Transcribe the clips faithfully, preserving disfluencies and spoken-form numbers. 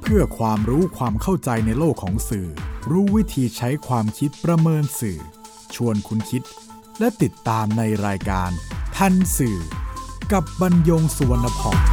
เพื่อความรู้ความเข้าใจในโลกของสื่อรู้วิธีใช้ความคิดประเมินสื่อชวนคุณคิดและติดตามในรายการทันสื่อกับบรรยงสุวรรณพร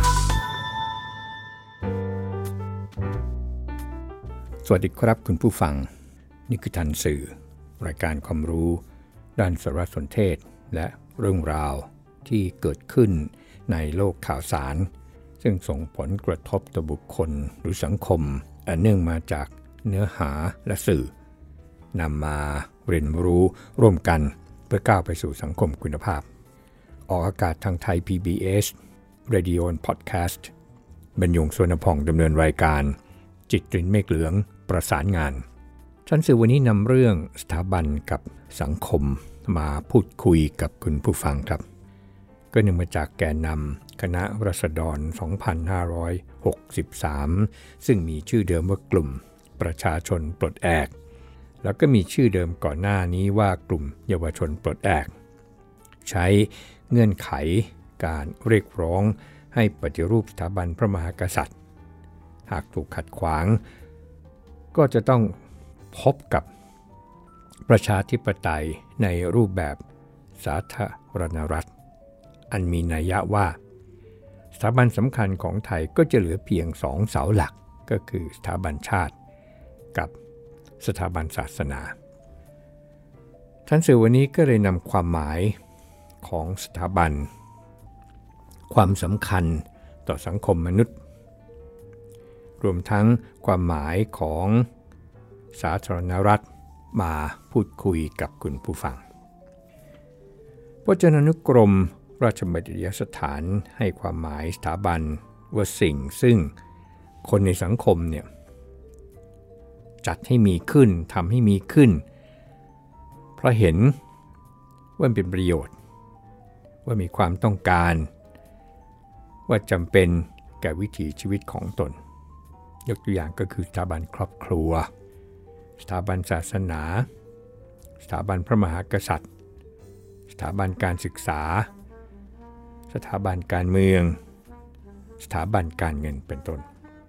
สวัสดีครับคุณผู้ฟังนี่คือทันสื่อรายการความรู้ด้านสารสนเทศและเรื่องราวที่เกิดขึ้นในโลกข่าวสารซึ่งส่งผลกระทบต่อบุคคลหรือสังคมอันเนื่องมาจากเนื้อหาและสื่อนำมาเรียนรู้ร่วมกันเพื่อก้าวไปสู่สังคมคุณภาพออกอากาศทางไทย พี บี เอส Radio and Podcast บรรยงสุวรรณพงษ์ดำเนินรายการจิตรินเมฆเหลืองประสานงานชั้นสื่อวันนี้นำเรื่องสถาบันกับสังคมมาพูดคุยกับคุณผู้ฟังครับก็เนื่องมาจากแกนนำคณะราษฎร สองพันห้าร้อยหกสิบสาม ซึ่งมีชื่อเดิมว่ากลุ่มประชาชนปลดแอกแล้วก็มีชื่อเดิมก่อนหน้านี้ว่ากลุ่มเยาวชนปลดแอกใช้เงื่อนไขการเรียกร้องให้ปฏิรูปสถาบันพระมหากษัตริย์หากถูกขัดขวางก็จะต้องพบกับประชาธิปไตยในรูปแบบสาธารณรัฐอันมีนัยยะว่าสถาบันสำคัญของไทยก็จะเหลือเพียงสองเสาหลักก็คือสถาบันชาติกับสถาบันศาสนาท่านสื่อวันนี้ก็เลยนำความหมายของสถาบันความสำคัญต่อสังคมมนุษย์รวมทั้งความหมายของสาธารณรัฐมาพูดคุยกับคุณผู้ฟังพจนานุกรมราชบัณฑิตยสถานให้ความหมายสถาบันว่าสิ่งซึ่งคนในสังคมเนี่ยจัดให้มีขึ้นทำให้มีขึ้นเพราะเห็นว่าเป็นประโยชน์ว่ามีความต้องการว่าจำเป็นแก่วิถีชีวิตของตนยกตัวอย่างก็คือสถาบันครอบครัวสถาบันศาสนาสถาบันพระมหากษัตริย์สถาบันการศึกษาสถาบันการเมืองสถาบันการเงินเป็นต้น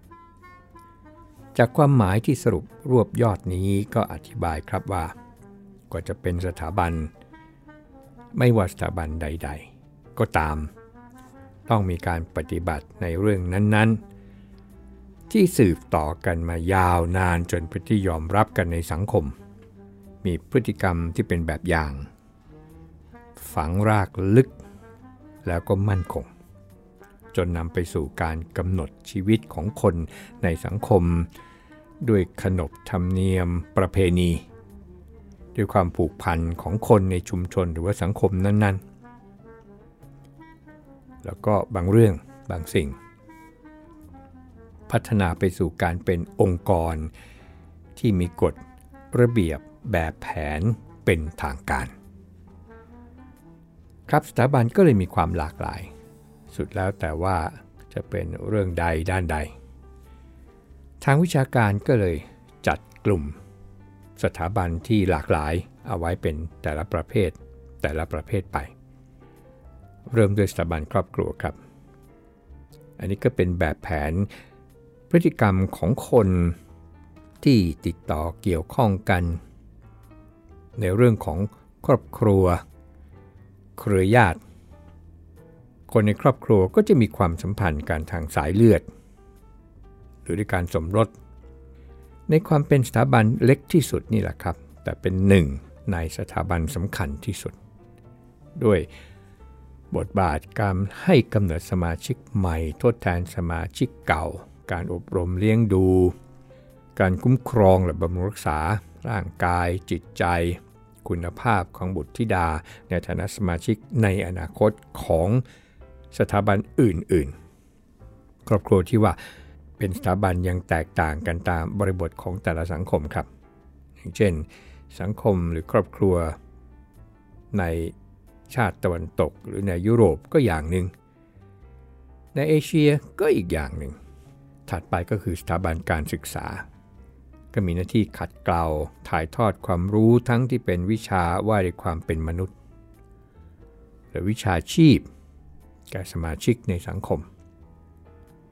จากความหมายที่สรุปรวบยอดนี้ก็อธิบายครับว่ากว่าจะเป็นสถาบันไม่ว่าสถาบันใดๆก็ตามต้องมีการปฏิบัติในเรื่องนั้นๆที่สืบต่อกันมายาวนานจนเป็นที่ยอมรับกันในสังคมมีพฤติกรรมที่เป็นแบบอย่างฝังรากลึกแล้วก็มั่นคงจนนำไปสู่การกำหนดชีวิตของคนในสังคมด้วยขนบธรรมเนียมประเพณีด้วยความผูกพันของคนในชุมชนหรือว่าสังคมนั้นๆแล้วก็บางเรื่องบางสิ่งพัฒนาไปสู่การเป็นองค์กรที่มีกฎระเบียบแบบแผนเป็นทางการครับสถาบันก็เลยมีความหลากหลายสุดแล้วแต่ว่าจะเป็นเรื่องใดด้านใดทางวิชาการก็เลยจัดกลุ่มสถาบันที่หลากหลายเอาไว้เป็นแต่ละประเภทแต่ละประเภทไปเริ่มด้วยสถาบันครอบครัวครับอันนี้ก็เป็นแบบแผนพฤติกรรมของคนที่ติดต่อเกี่ยวข้องกันในเรื่องของครอบครัวเครือญาติคนในครอบครัวก็จะมีความสัมพันธ์กันทางสายเลือดหรือด้วยการสมรสในความเป็นสถาบันเล็กที่สุดนี่แหละครับแต่เป็นหนึ่งในสถาบันสำคัญที่สุดด้วยบทบาทการให้กำเนิดสมาชิกใหม่ทดแทนสมาชิกเก่าการอบรมเลี้ยงดูการคุ้มครองและบำรุงรักษาร่างกายจิตใจคุณภาพของบุตรธิดาในฐานะสมาชิกในอนาคตของสถาบันอื่นๆครอบครัวที่ว่าเป็นสถาบันยังแตกต่างกันตามบริบทของแต่ละสังคมครับอย่างเช่นสังคมหรือครอบครัวในชาติตะวันตกหรือในยุโรปก็อย่างหนึ่งในเอเชียก็อีกอย่างหนึ่งถัดไปก็คือสถาบันการศึกษาก็มีหน้าที่ขัดเกลาถ่ายทอดความรู้ทั้งที่เป็นวิชาว่าด้วยความเป็นมนุษย์และวิชาชีพแก่สมาชิกในสังคม ก็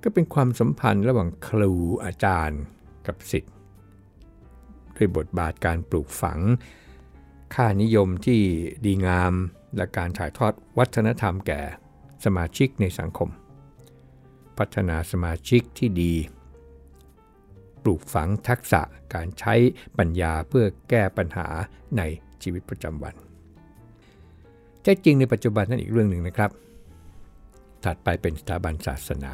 ก็เป็นความสัมพันธ์ระหว่างครูอาจารย์กับศิษย์ด้วยบทบาทการปลูกฝังค่านิยมที่ดีงามและการถ่ายทอดวัฒนธรรมแก่สมาชิกในสังคมพัฒนาสมาชิกที่ดีปลูกฝังทักษะการใช้ปัญญาเพื่อแก้ปัญหาในชีวิตประจำวันแท้จริงในปัจจุบันนั่นอีกเรื่องหนึ่งนะครับถัดไปเป็นสถาบันศาสนา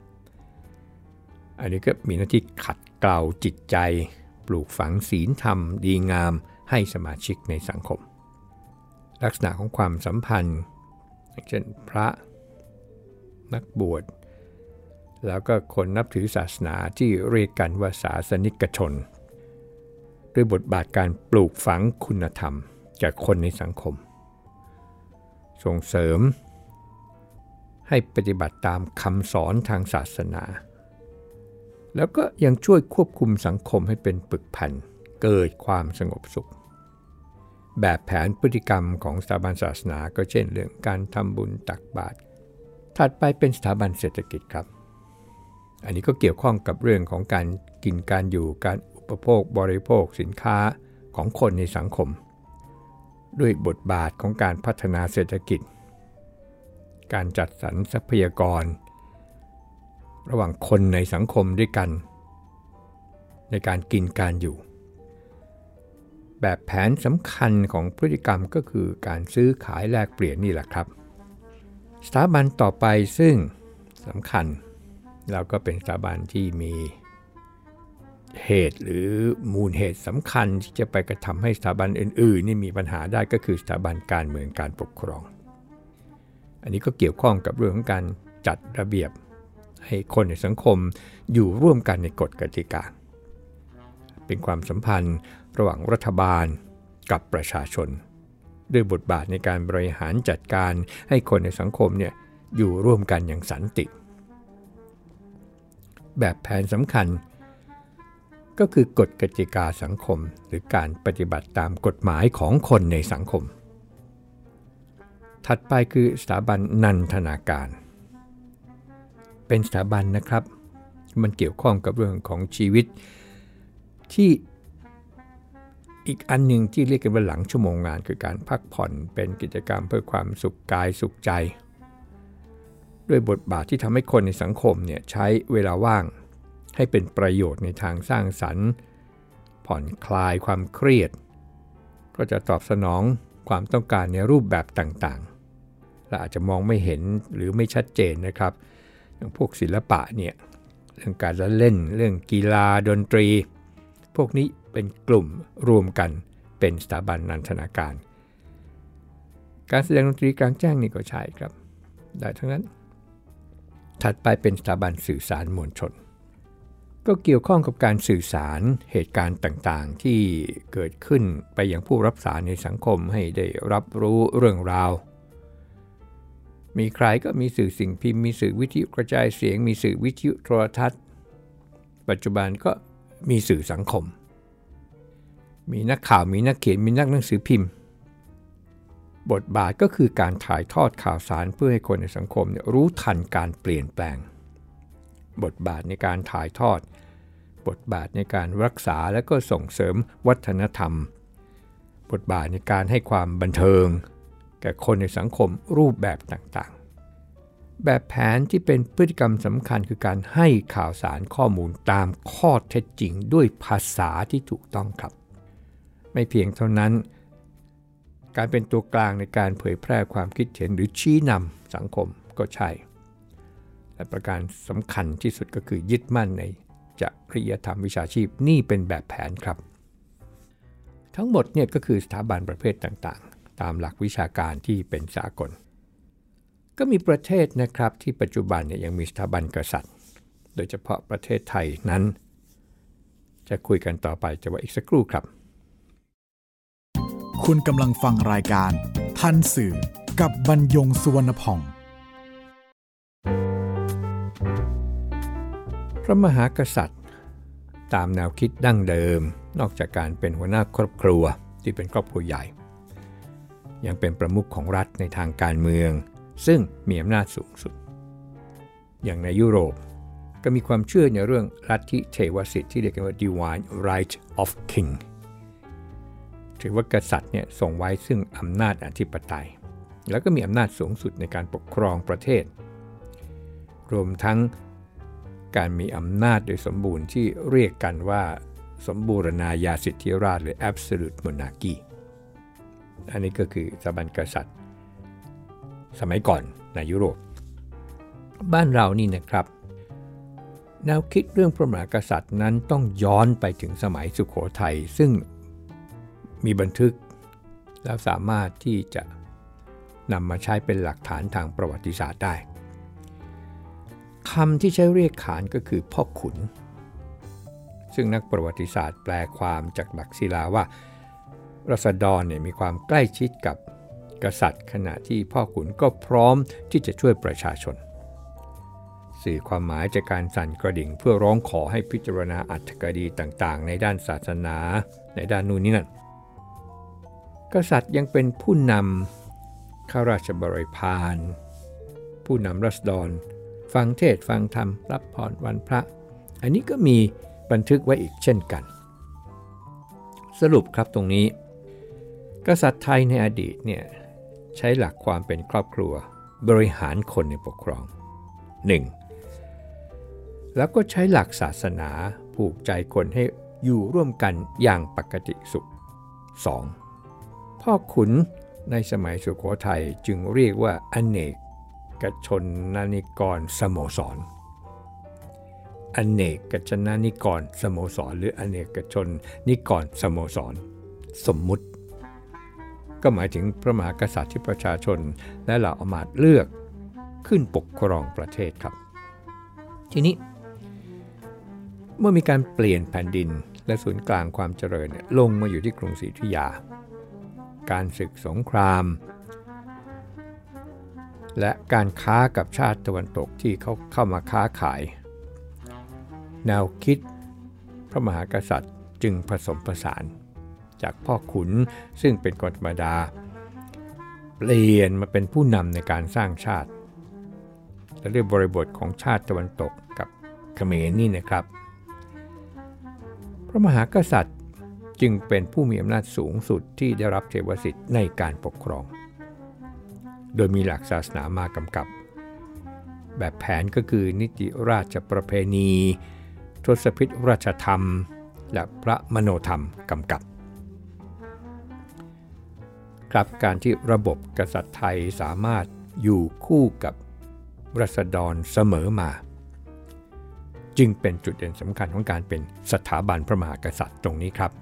อันนี้ก็มีหน้าที่ขัดเกลาจิตใจปลูกฝังศีลธรรมดีงามให้สมาชิกในสังคมลักษณะของความสัมพันธ์เช่นพระนักบวชแล้วก็คนนับถือศาสนาที่เรียกกันว่าศาสนิกชนด้วยบทบาทการปลูกฝังคุณธรรมแก่คนในสังคมส่งเสริมให้ปฏิบัติตามคำสอนทางศาสนาแล้วก็ยังช่วยควบคุมสังคมให้เป็นปึกพันเกิดความสงบสุขแบบแผนพฤติกรรมของสถาบันศาสนาก็เช่นเรื่องการทำบุญตักบาตรถัดไปเป็นสถาบันเศรษฐกิจครับอันนี้ก็เกี่ยวข้องกับเรื่องของการกินการอยู่การอุปโภคบริโภคสินค้าของคนในสังคมด้วยบทบาทของการพัฒนาเศรษฐกิจการจัดสรรทรัพยากรระหว่างคนในสังคมด้วยกันในการกินการอยู่แบบแผนสำคัญของพฤติกรรมก็คือการซื้อขายแลกเปลี่ยนนี่แหละครับสถาบันต่อไปซึ่งสำคัญแล้วก็เป็นสถาบันที่มีเหตุหรือมูลเหตุสำคัญที่จะไปกระทำให้สถาบันอื่นๆนี่มีปัญหาได้ก็คือสถาบันการเมืองการปกครองอันนี้ก็เกี่ยวข้องกับเรื่องของการจัดระเบียบให้คนในสังคมอยู่ร่วมกันในกฎกติกาเป็นความสัมพันธ์ระหว่างรัฐบาลกับประชาชนด้วยบทบาทในการบริหารจัดการให้คนในสังคมเนี่ยอยู่ร่วมกันอย่างสันติแบบแผนสำคัญก็คือกฎกติกาสังคมหรือการปฏิบัติตามกฎหมายของคนในสังคมถัดไปคือสถาบันนันทนาการเป็นสถาบันนะครับมันเกี่ยวข้องกับเรื่องของชีวิตที่อีกอันหนึ่งที่เรียกกันว่าหลังชั่วโมงงานคือการพักผ่อนเป็นกิจกรรมเพื่อความสุขกายสุขใจด้วยบทบาทที่ทำให้คนในสังคมเนี่ยใช้เวลาว่างให้เป็นประโยชน์ในทางสร้างสรรค์ผ่อนคลายความเครียดก็จะตอบสนองความต้องการในรูปแบบต่างๆและอาจจะมองไม่เห็นหรือไม่ชัดเจนนะครับอย่างพวกศิลปะเนี่ยเรื่องการละเล่นเรื่องกีฬาดนตรีพวกนี้เป็นกลุ่มรวมกันเป็นสถาบันนันทนาการการแสดงดนตรีกลางแจ้งนี่ก็ใช่ครับได้ทั้งนั้นถัดไปเป็นสถาบันสื่อสารมวลชนก็เกี่ยวข้องกับการสื่อสารเหตุการณ์ต่างๆที่เกิดขึ้นไปยังผู้รับสารในสังคมให้ได้รับรู้เรื่องราวมีใครก็มีสื่อสิ่งพิมพ์มีสื่อวิทยุกระจายเสียงมีสื่อวิทยุโทรทัศน์ปัจจุบันก็มีสื่อสังคมมีนักข่าวมีนักเขียนมีนักหนังสือพิมพ์บทบาทก็คือการถ่ายทอดข่าวสารเพื่อให้คนในสังคมเนี่ยรู้ทันการเปลี่ยนแปลงบทบาทในการถ่ายทอดบทบาทในการรักษาและก็ส่งเสริมวัฒนธรรมบทบาทในการให้ความบันเทิงแก่คนในสังคมรูปแบบต่างๆแบบแผนที่เป็นพฤติกรรมสำคัญคือการให้ข่าวสารข้อมูลตามข้อเท็จจริงด้วยภาษาที่ถูกต้องครับไม่เพียงเท่านั้นการเป็นตัวกลางในการเผยแพร่ความคิดเห็นหรือชี้นำสังคมก็ใช่และประการสำคัญที่สุดก็คือยึดมั่นในจริยธรรมวิชาชีพนี่เป็นแบบแผนครับทั้งหมดเนี่ยก็คือสถาบันประเภทต่างๆตามหลักวิชาการที่เป็นสากลก็มีประเทศนะครับที่ปัจจุบันเนี่ยยังมีสถาบันกษัตริย์โดยเฉพาะประเทศไทยนั้นจะคุยกันต่อไปจะว่าอีกสักครู่ครับคุณกำลังฟังรายการทันสื่อกับบรรยงสุวรรณพองพระมหากษัตริย์ตามแนวคิดดั้งเดิมนอกจากการเป็นหัวหน้าครอบครัวที่เป็นครอบครัวใหญ่ยังเป็นประมุขของรัฐในทางการเมืองซึ่งมีอำนาจสูงสุดอย่างในยุโรปก็มีความเชื่อในเรื่องลัทธิเทวสิทธิ์ที่เรียกกันว่า Divine Right of King ถือว่ากษัตริย์เนี่ยทรงไว้ซึ่งอำนาจอธิปไตยแล้วก็มีอำนาจสูงสุดในการปกครองประเทศรวมทั้งการมีอำนาจโดยสมบูรณ์ที่เรียกกันว่าสมบูรณาญาสิทธิราชย์หรือ Absolute Monarchy อันนี้ก็คือสถาบันกษัตริย์สมัยก่อนในยุโรปบ้านเรานี่นะครับแนวคิดเรื่องพระมหากษัตริย์นั้นต้องย้อนไปถึงสมัยสุโขทัยซึ่งมีบันทึกแล้วสามารถที่จะนำมาใช้เป็นหลักฐานทางประวัติศาสตร์ได้คำที่ใช้เรียกขานก็คือพ่อขุนซึ่งนักประวัติศาสตร์แปลความจากหลักศิลาว่าราษฎรเนี่ยมีความใกล้ชิดกับกษัตริย์ขณะที่พ่อขุนก็พร้อมที่จะช่วยประชาชนสื่อความหมายจากการสั่นกระดิ่งเพื่อร้องขอให้พิจารณาอรรถคดีต่างๆในด้านศาสนาในด้านนู่นนี่นั่นกษัตริย์ยังเป็นผู้นำข้าราชบริพารผู้นำราษฎรฟังเทศน์ฟังธรรมรับพรวันพระอันนี้ก็มีบันทึกไว้อีกเช่นกันสรุปครับตรงนี้กษัตริย์ไทยในอดีตเนี่ยใช้หลักความเป็นครอบครัวบริหารคนในปกครอง หนึ่ง แล้วก็ใช้หลักศาสนาผูกใจคนให้อยู่ร่วมกันอย่างปกติสุข สอง พ่อขุนในสมัยสุโขทัยจึงเรียกว่าอเนกชนนิกรสโมสรอเนกชนนิกรสโมสรหรืออเนกชนนิกรสโมสรสมมุติก็หมายถึงพระมหากษัตริย์ที่ประชาชนและเหล่าอมาตย์เลือกขึ้นปกครองประเทศครับทีนี้เมื่อมีการเปลี่ยนแผ่นดินและศูนย์กลางความเจริญลงมาอยู่ที่กรุงศรีอยุธยาการศึกสงครามและการค้ากับชาติตะวันตกที่เขาเข้ามาค้าขายแนวคิดพระมหากษัตริย์จึงผสมผสานจากพ่อขุนซึ่งเป็นคนธรรมดาเปลี่ยนมาเป็นผู้นำในการสร้างชาติและด้วยบริบทของชาติตะวันตกกับเขมรนี่นะครับพระมหากษัตริย์จึงเป็นผู้มีอำนาจสูงสุดที่ได้รับเทวสิทธิ์ในการปกครองโดยมีหลักศาสนามากำกับแบบแผนก็คือนิติราชประเพณีทศพิธราชธรรมและพระมโนธรรมกำกับครับการที่ระบบกษัตริย์ไทยสามารถอยู่คู่กับราษฎรเสมอมาจึงเป็นจุดเด่นสำคัญของการเป็นสถาบันพระมหากษัตริย์ตรงนี้ครับ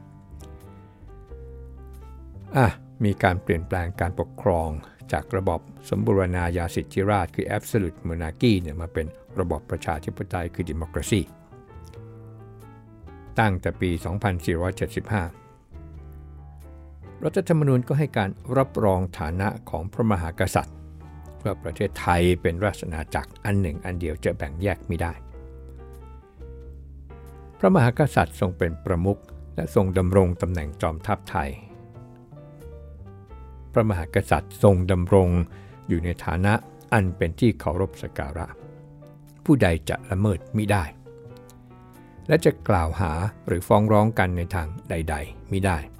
อ่ะมีการเปลี่ยนแปลงการปกครองจากระบบสมบูรณาญาสิทธิราชย์คือ Absolute Monarchy เนี่ยมาเป็นระบอบประชาธิปไตยคือ Democracy ตั้งแต่ปี สองพันสี่ร้อยเจ็ดสิบห้า รัฐธรรมนูญก็ให้การรับรองฐานะของพระมหากษัตริย์ว่าประเทศไทยเป็นราชอาณาจักรอันหนึ่งอันเดียวจะแบ่งแยกไม่ได้พระมหากษัตริย์ทรงเป็นประมุขและทรงดำรงตำแหน่งจอมทัพไทยพระมหากษัตริย์ทรงดำรงอยู่ในฐานะอันเป็นที่เคารพสักการะผู้ใดจะละเมิดมิได้และจะกล่าวหาหรือฟ้องร้องกันในทางใดๆมิได้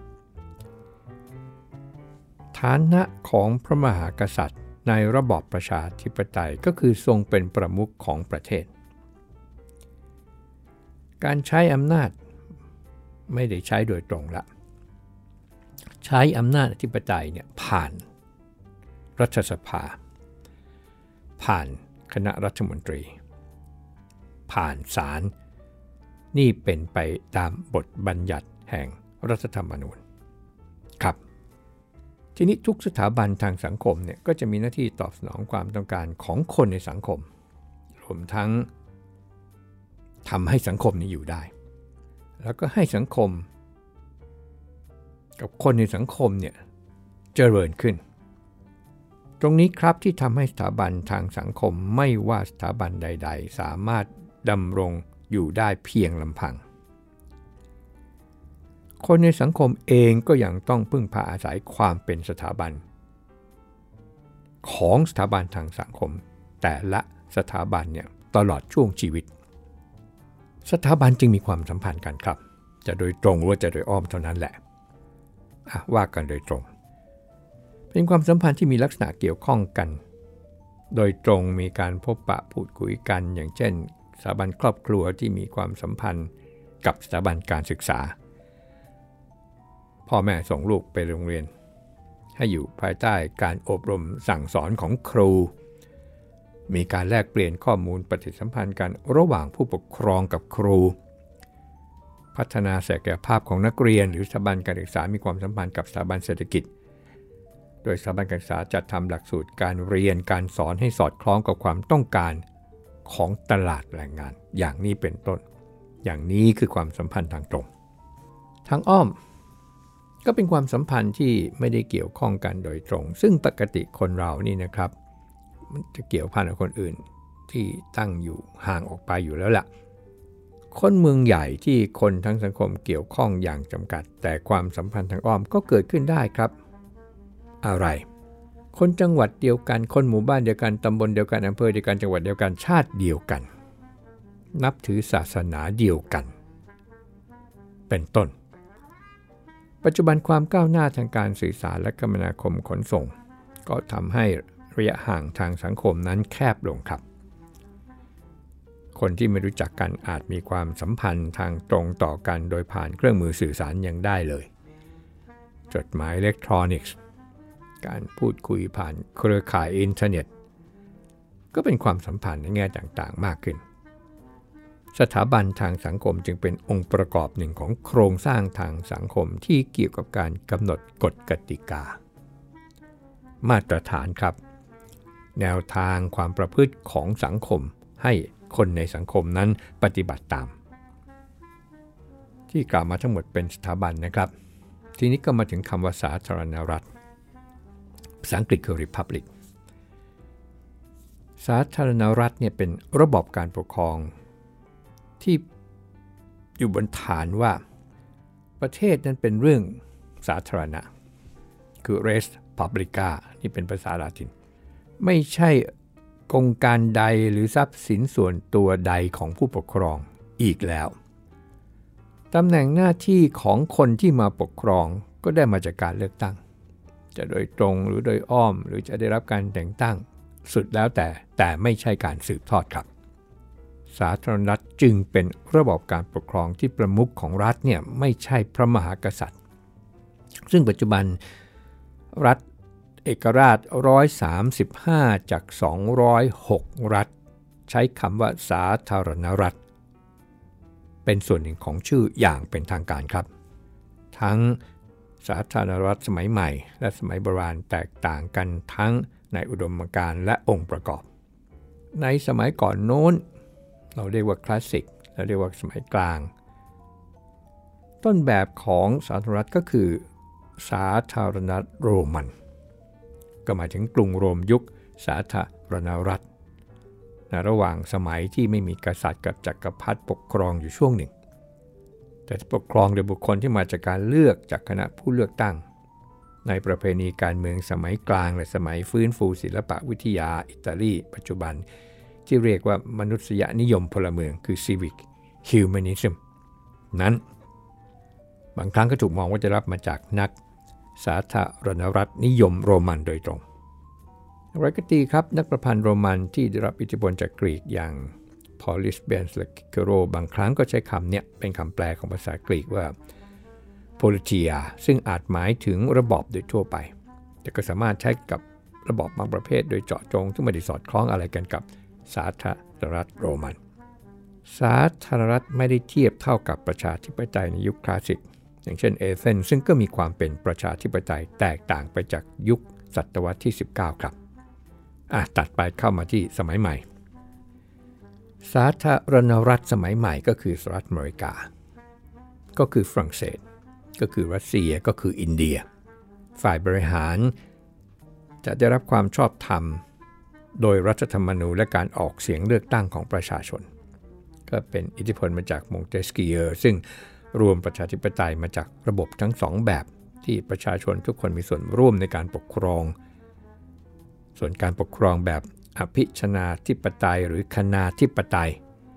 ฐานะของพระมหากษัตริย์ในระบอบประชาธิปไตยก็คือทรงเป็นประมุขของประเทศการใช้อำนาจไม่ได้ใช้โดยตรงละใช้อำนาจอธิปไตยเนี่ยผ่านรัฐสภาผ่านคณะรัฐมนตรีผ่านศาลนี่เป็นไปตามบทบัญญัติแห่งรัฐธรรมนูญครับทีนี้ทุกสถาบันทางสังคมเนี่ยก็จะมีหน้าที่ตอบสนองความต้องการของคนในสังคมรวมทั้งทำให้สังคมนี้อยู่ได้แล้วก็ให้สังคมกับคนในสังคมเนี่ยเจริญขึ้นตรงนี้ครับที่ทำให้สถาบันทางสังคมไม่ว่าสถาบันใดๆสามารถดำรงอยู่ได้เพียงลำพังคนในสังคมเองก็ยังต้องพึ่งพาอาศัยความเป็นสถาบันของสถาบันทางสังคมแต่ละสถาบันเนี่ยตลอดช่วงชีวิตสถาบันจึงมีความสัมพันธ์กันครับจะโดยตรงหรือว่าจะโดยอ้อมเท่านั้นแหละว่ากันโดยตรงเป็นความสัมพันธ์ที่มีลักษณะเกี่ยวข้องกันโดยตรงมีการพบปะพูดคุยกันอย่างเช่นสถาบันครอบครัวที่มีความสัมพันธ์กับสถาบันการศึกษาพ่อแม่ส่งลูกไปโรงเรียนให้อยู่ภายใต้การอบรมสั่งสอนของครูมีการแลกเปลี่ยนข้อมูลปฏิสัมพันธ์กันระหว่างผู้ปกครองกับครูพัฒนาศักยภาพของนักเรียนหรือสถาบันการศึกษามีความสัมพันธ์กับสถาบันเศรษฐกิจโดยสถาบันการศึกษาจัดทำหลักสูตรการเรียนการสอนให้สอดคล้องกับความต้องการของตลาดแรงงานอย่างนี้เป็นต้นอย่างนี้คือความสัมพันธ์ทางตรงทางอ้อมก็เป็นความสัมพันธ์ที่ไม่ได้เกี่ยวข้องกันโดยตรงซึ่งปกติคนเรานี่นะครับมันจะเกี่ยวพันกับคนอื่นที่ตั้งอยู่ห่างออกไปอยู่แล้วล่ะคนเมืองใหญ่ที่คนทั้งสังคมเกี่ยวข้องอย่างจำกัดแต่ความสัมพันธ์ทางอ้อมก็เกิดขึ้นได้ครับอะไรคนจังหวัดเดียวกันคนหมู่บ้านเดียวกันตำบลเดียวกันอำเภอเดียวกันจังหวัดเดียวกันชาติเดียวกันนับถือศาสนาเดียวกันเป็นต้นปัจจุบันความก้าวหน้าทางการสื่อสารและคมนาคมขนส่งก็ทำให้ระยะห่างทางสังคมนั้นแคบลงครับคนที่ไม่รู้จักกันอาจมีความสัมพันธ์ทางตรงต่อกันโดยผ่านเครื่องมือสื่อสารยังได้เลยจดหมายอิเล็กทรอนิกส์การพูดคุยผ่านเครือข่ายอินเทอร์เน็ตก็เป็นความสัมพันธ์ในแง่ต่างๆมากขึ้นสถาบันทางสังคมจึงเป็นองค์ประกอบหนึ่งของโครงสร้างทางสังคมที่เกี่ยวกับการกำหนดกฎกติกามาตรฐานครับแนวทางความประพฤติของสังคมให้คนในสังคมนั้นปฏิบัติตามที่กล่าวมาทั้งหมดเป็นสถาบันนะครับทีนี้ก็มาถึงคำว่าสาธารณรัฐภาษาอังกฤษคือ Republic สาธารณรัฐเนี่ยเป็นระบบการปกครองที่อยู่บนฐานว่าประเทศนั้นเป็นเรื่องสาธารณะคือ res publica นี่เป็นภาษาลาตินไม่ใช่กงการใดหรือทรัพย์สินส่วนตัวใดของผู้ปกครองอีกแล้วตำแหน่งหน้าที่ของคนที่มาปกครองก็ได้มาจากการเลือกตั้งจะโดยตรงหรือโดยอ้อมหรือจะได้รับการแต่งตั้งสุดแล้วแต่แต่ไม่ใช่การสืบทอดครับสาธารณรัฐจึงเป็นระบบการปกครองที่ประมุขของรัฐเนี่ยไม่ใช่พระมหากษัตริย์ซึ่งปัจจุบันรัฐเอกราชหนึ่งร้อยสามสิบห้าจากสองร้อยหกรัฐใช้คำว่าสาธารณรัฐเป็นส่วนหนึ่งของชื่ออย่างเป็นทางการครับทั้งสาธารณรัฐสมัยใหม่และสมัยโบราณแตกต่างกันทั้งในอุดมการณ์และองค์ประกอบในสมัยก่อนโน้นเราเรียกว่าคลาสสิกเราเรียกว่าสมัยกลางต้นแบบของสาธารณรัฐก็คือสาธารณรัฐโรมันก็หมายถึงกรุงโรมยุคสาธารณรัฐในระหว่างสมัยที่ไม่มีกษัตริย์กับจักรพรรดิปกครองอยู่ช่วงหนึ่งแต่ปกครองโดยบุคคลที่มาจากการเลือกจากคณะผู้เลือกตั้งในประเพณีการเมืองสมัยกลางและสมัยฟื้นฟูศิลปวิทยาอิตาลีปัจจุบันที่เรียกว่ามนุษยนิยมพลเมืองคือ civic humanism นั้นบางครั้งก็ถูกมองว่าจะรับมาจากนักสาธารณรัฐนิยมโรมันโดยตรงอย่างไรก็ดีครับนักประพันธ์โรมันที่ได้รับอิทธิพลจากกรีกอย่าง Polybius และ Cicero บางครั้งก็ใช้คำนี้เป็นคำแปลของภาษากรีกว่า politia ซึ่งอาจหมายถึงระบอบโดยทั่วไปแต่ก็สามารถใช้กับระบอบบางประเภทโดยเจาะจงที่ไม่ได้สอดคล้องอะไรกันกับสาธารณรัฐโรมันสาธารณรัฐไม่ได้เทียบเท่ากับประชาธิปไตยในยุคคลาสสิกอย่างเช่นเอเธนส์ซึ่งก็มีความเป็นประชาธิปไตยแตกต่างไปจากยุคศตวรรษที่สิบเก้าครับอ่ะตัดไปเข้ามาที่สมัยใหม่สาธารณรัฐสมัยใหม่ก็คือสหรัฐอเมริกาก็คือฝรั่งเศสก็คือรัสเซียก็คืออินเดียฝ่ายบริหารจะได้รับความชอบธรรมโดยรัฐธรรมนูญและการออกเสียงเลือกตั้งของประชาชนก็เป็นอิทธิพลมาจากมงเตสกิเยอร์ซึ่งรวมประชาธิปไตยมาจากระบบทั้งสองแบบที่ประชาชนทุกคนมีส่วนร่วมในการปกครองส่วนการปกครองแบบอภิชนาธิปไตยหรือคณาธิปไตย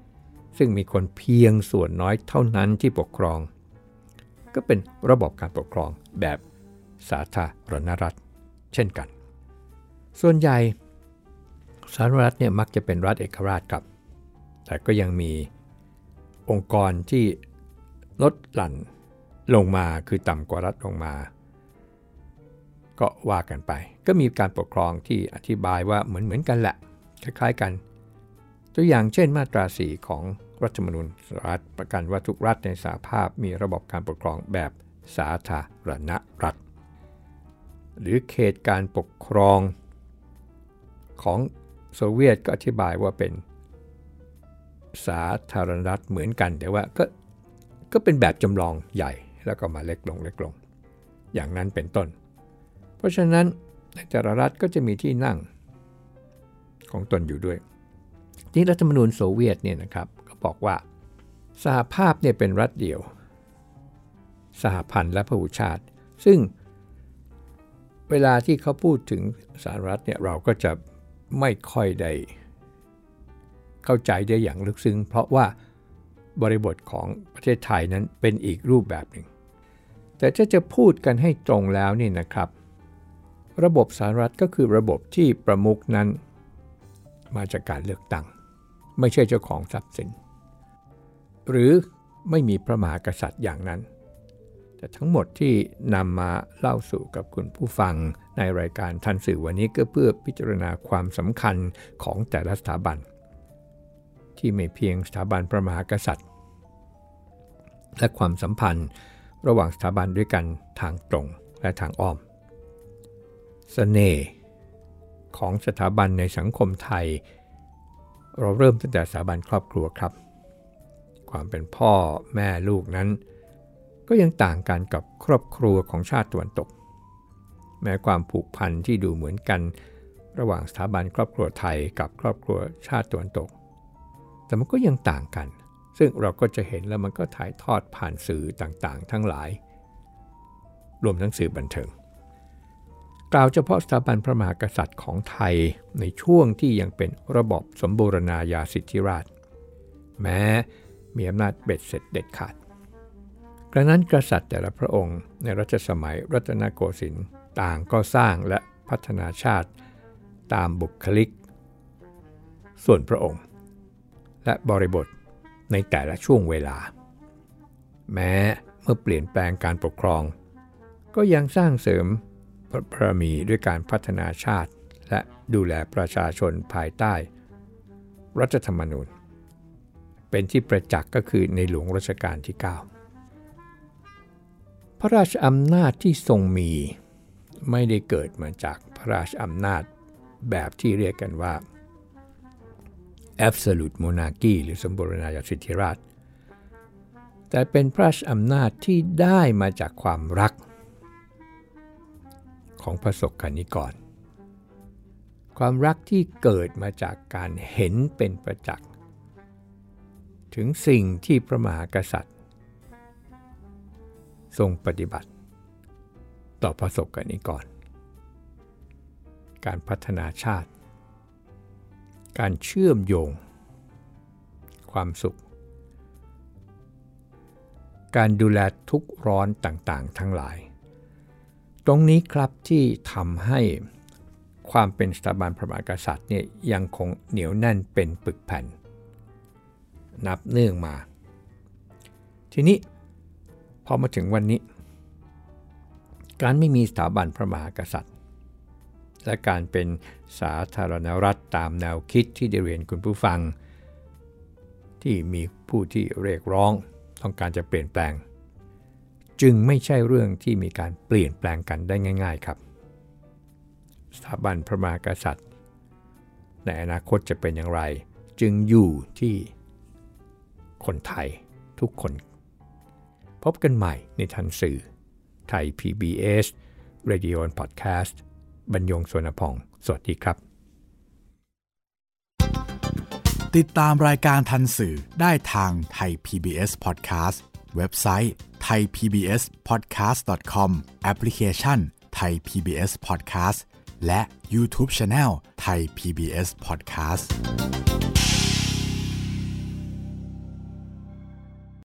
ซึ่งมีคนเพียงส่วนน้อยเท่านั้นที่ปกครองก็เป็นระบบการปกครองแบบสาธารณรัฐเช่นกันส่วนใหญ่สหรัฐเนี่ยมักจะเป็นรัฐเอกราชครับแต่ก็ยังมีองค์กรที่ลดหลั่นลงมาคือต่ำกว่ารัฐลงมาก็ว่ากันไปก็มีการปกครองที่อธิบายว่าเหมือนเหมือนกันแหละคล้ายๆกันตัวอย่างเช่นมาตราสี่ของรัฐธรรมนูญสหรัฐประกันว่าทุกรัฐในสหภาพมีระบบการปกครองแบบสาธารณรัฐหรือเขตการปกครองของโซเวียตก็อธิบายว่าเป็นสาธารณรัฐเหมือนกันแต่ว่าก็ก็เป็นแบบจำลองใหญ่แล้วก็มาเล็กลงเล็กลงอย่างนั้นเป็นต้นเพราะฉะนั้นในแต่ละรัฐก็จะมีที่นั่งของตนอยู่ด้วยที่รัฐธรรมนูญโซเวียตเนี่ยนะครับก็บอกว่าสหภาพเนี่ยเป็นรัฐเดียวสหพันธ์และพหุชาติซึ่งเวลาที่เขาพูดถึงสหรัฐเนี่ยเราก็จะไม่ค่อยได้เข้าใจได้อย่างลึกซึ้งเพราะว่าบริบทของประเทศไทยนั้นเป็นอีกรูปแบบหนึ่งแต่ถ้าจะพูดกันให้ตรงแล้วนี่นะครับระบบสหรัฐก็คือระบบที่ประมุขนั้นมาจากการเลือกตั้งไม่ใช่เจ้าของทรัพย์สินหรือไม่มีพระมหากษัตริย์อย่างนั้นแต่ทั้งหมดที่นำมาเล่าสู่กับคุณผู้ฟังในรายการทันสื่อวันนี้ก็เพื่อพิจารณาความสำคัญของแต่ละสถาบันที่ไม่เพียงสถาบันพระมหากษัตริย์และความสัมพันธ์ระหว่างสถาบันด้วยกันทางตรงและทางอ้อมเสน่ห์ของสถาบันในสังคมไทยเราเริ่มตั้งแต่สถาบันครอบครัวครับความเป็นพ่อแม่ลูกนั้นก็ยังต่างกันกับครอบครัวของชาติตะวันตกแม้ความผูกพันที่ดูเหมือนกันระหว่างสถาบันครอบครัวไทยกับครอบครัวชาติตะวันตกแต่มันก็ยังต่างกันซึ่งเราก็จะเห็นแล้วมันก็ถ่ายทอดผ่านสื่อต่างๆทั้งหลายรวมทั้งสื่อบันเทิงกล่าวเฉพาะสถาบันพระมหากษัตริย์ของไทยในช่วงที่ยังเป็นระบอบสมบูรณาญาสิทธิราชย์แม้มีอำนาจเบ็ดเสร็จเด็ดขาดกระนั้นกษัตริย์แต่ละพระองค์ในรัชสมัยรัตนโกสินทร์ต่างก็สร้างและพัฒนาชาติตามบุคลิกส่วนพระองค์และบริบทในแต่ละช่วงเวลาแม้เมื่อเปลี่ยนแปลงการปกครองก็ยังสร้างเสริมพระบารมีด้วยการพัฒนาชาติและดูแลประชาชนภายใต้รัฐธรรมนูญเป็นที่ประจักษ์ก็คือในหลวงรัชกาลที่เก้าพระราชอำนาจที่ทรงมีไม่ได้เกิดมาจากพระราชอำนาจแบบที่เรียกกันว่า Absolute Monarchy หรือสมบูรณาญาสิทธิราชย์แต่เป็นพระราชอำนาจที่ได้มาจากความรักของพระสกนิกรความรักที่เกิดมาจากการเห็นเป็นประจักษ์ถึงสิ่งที่พระมหากษัตริย์ทรงปฏิบัติต่อพระสกนิกรการพัฒนาชาติการเชื่อมโยงความสุขการดูแลทุกข์ร้อนต่างๆทั้งหลายตรงนี้ครับที่ทำให้ความเป็นสถาบันพระมหากษัตริย์เนี่ยยังคงเหนียวแน่นเป็นปึกแผ่นนับเนื่องมาทีนี้พอมาถึงวันนี้การไม่มีสถาบันพระมหากษัตริย์และการเป็นสาธารณรัฐตามแนวคิดที่ได้เรียนคุณผู้ฟังที่มีผู้ที่เรียกร้องต้องการจะเปลี่ยนแปลงจึงไม่ใช่เรื่องที่มีการเปลี่ยนแปลงกันได้ง่ายๆครับสถาบันพระมหากษัตริย์ในอนาคตจะเป็นอย่างไรจึงอยู่ที่คนไทยทุกคนพบกันใหม่ในทันสื่อไทย พี บี เอส Radio and Podcast บรรยง สวนพองสวัสดีครับติดตามรายการทันสื่อได้ทางไทย พี บี เอส Podcast เว็บไซต์ ไทย พี บี เอส พอดแคสต์ ดอท คอม แอปพลิเคชัน Thai พี บี เอส Podcast และ YouTube Channel Thai พี บี เอส Podcast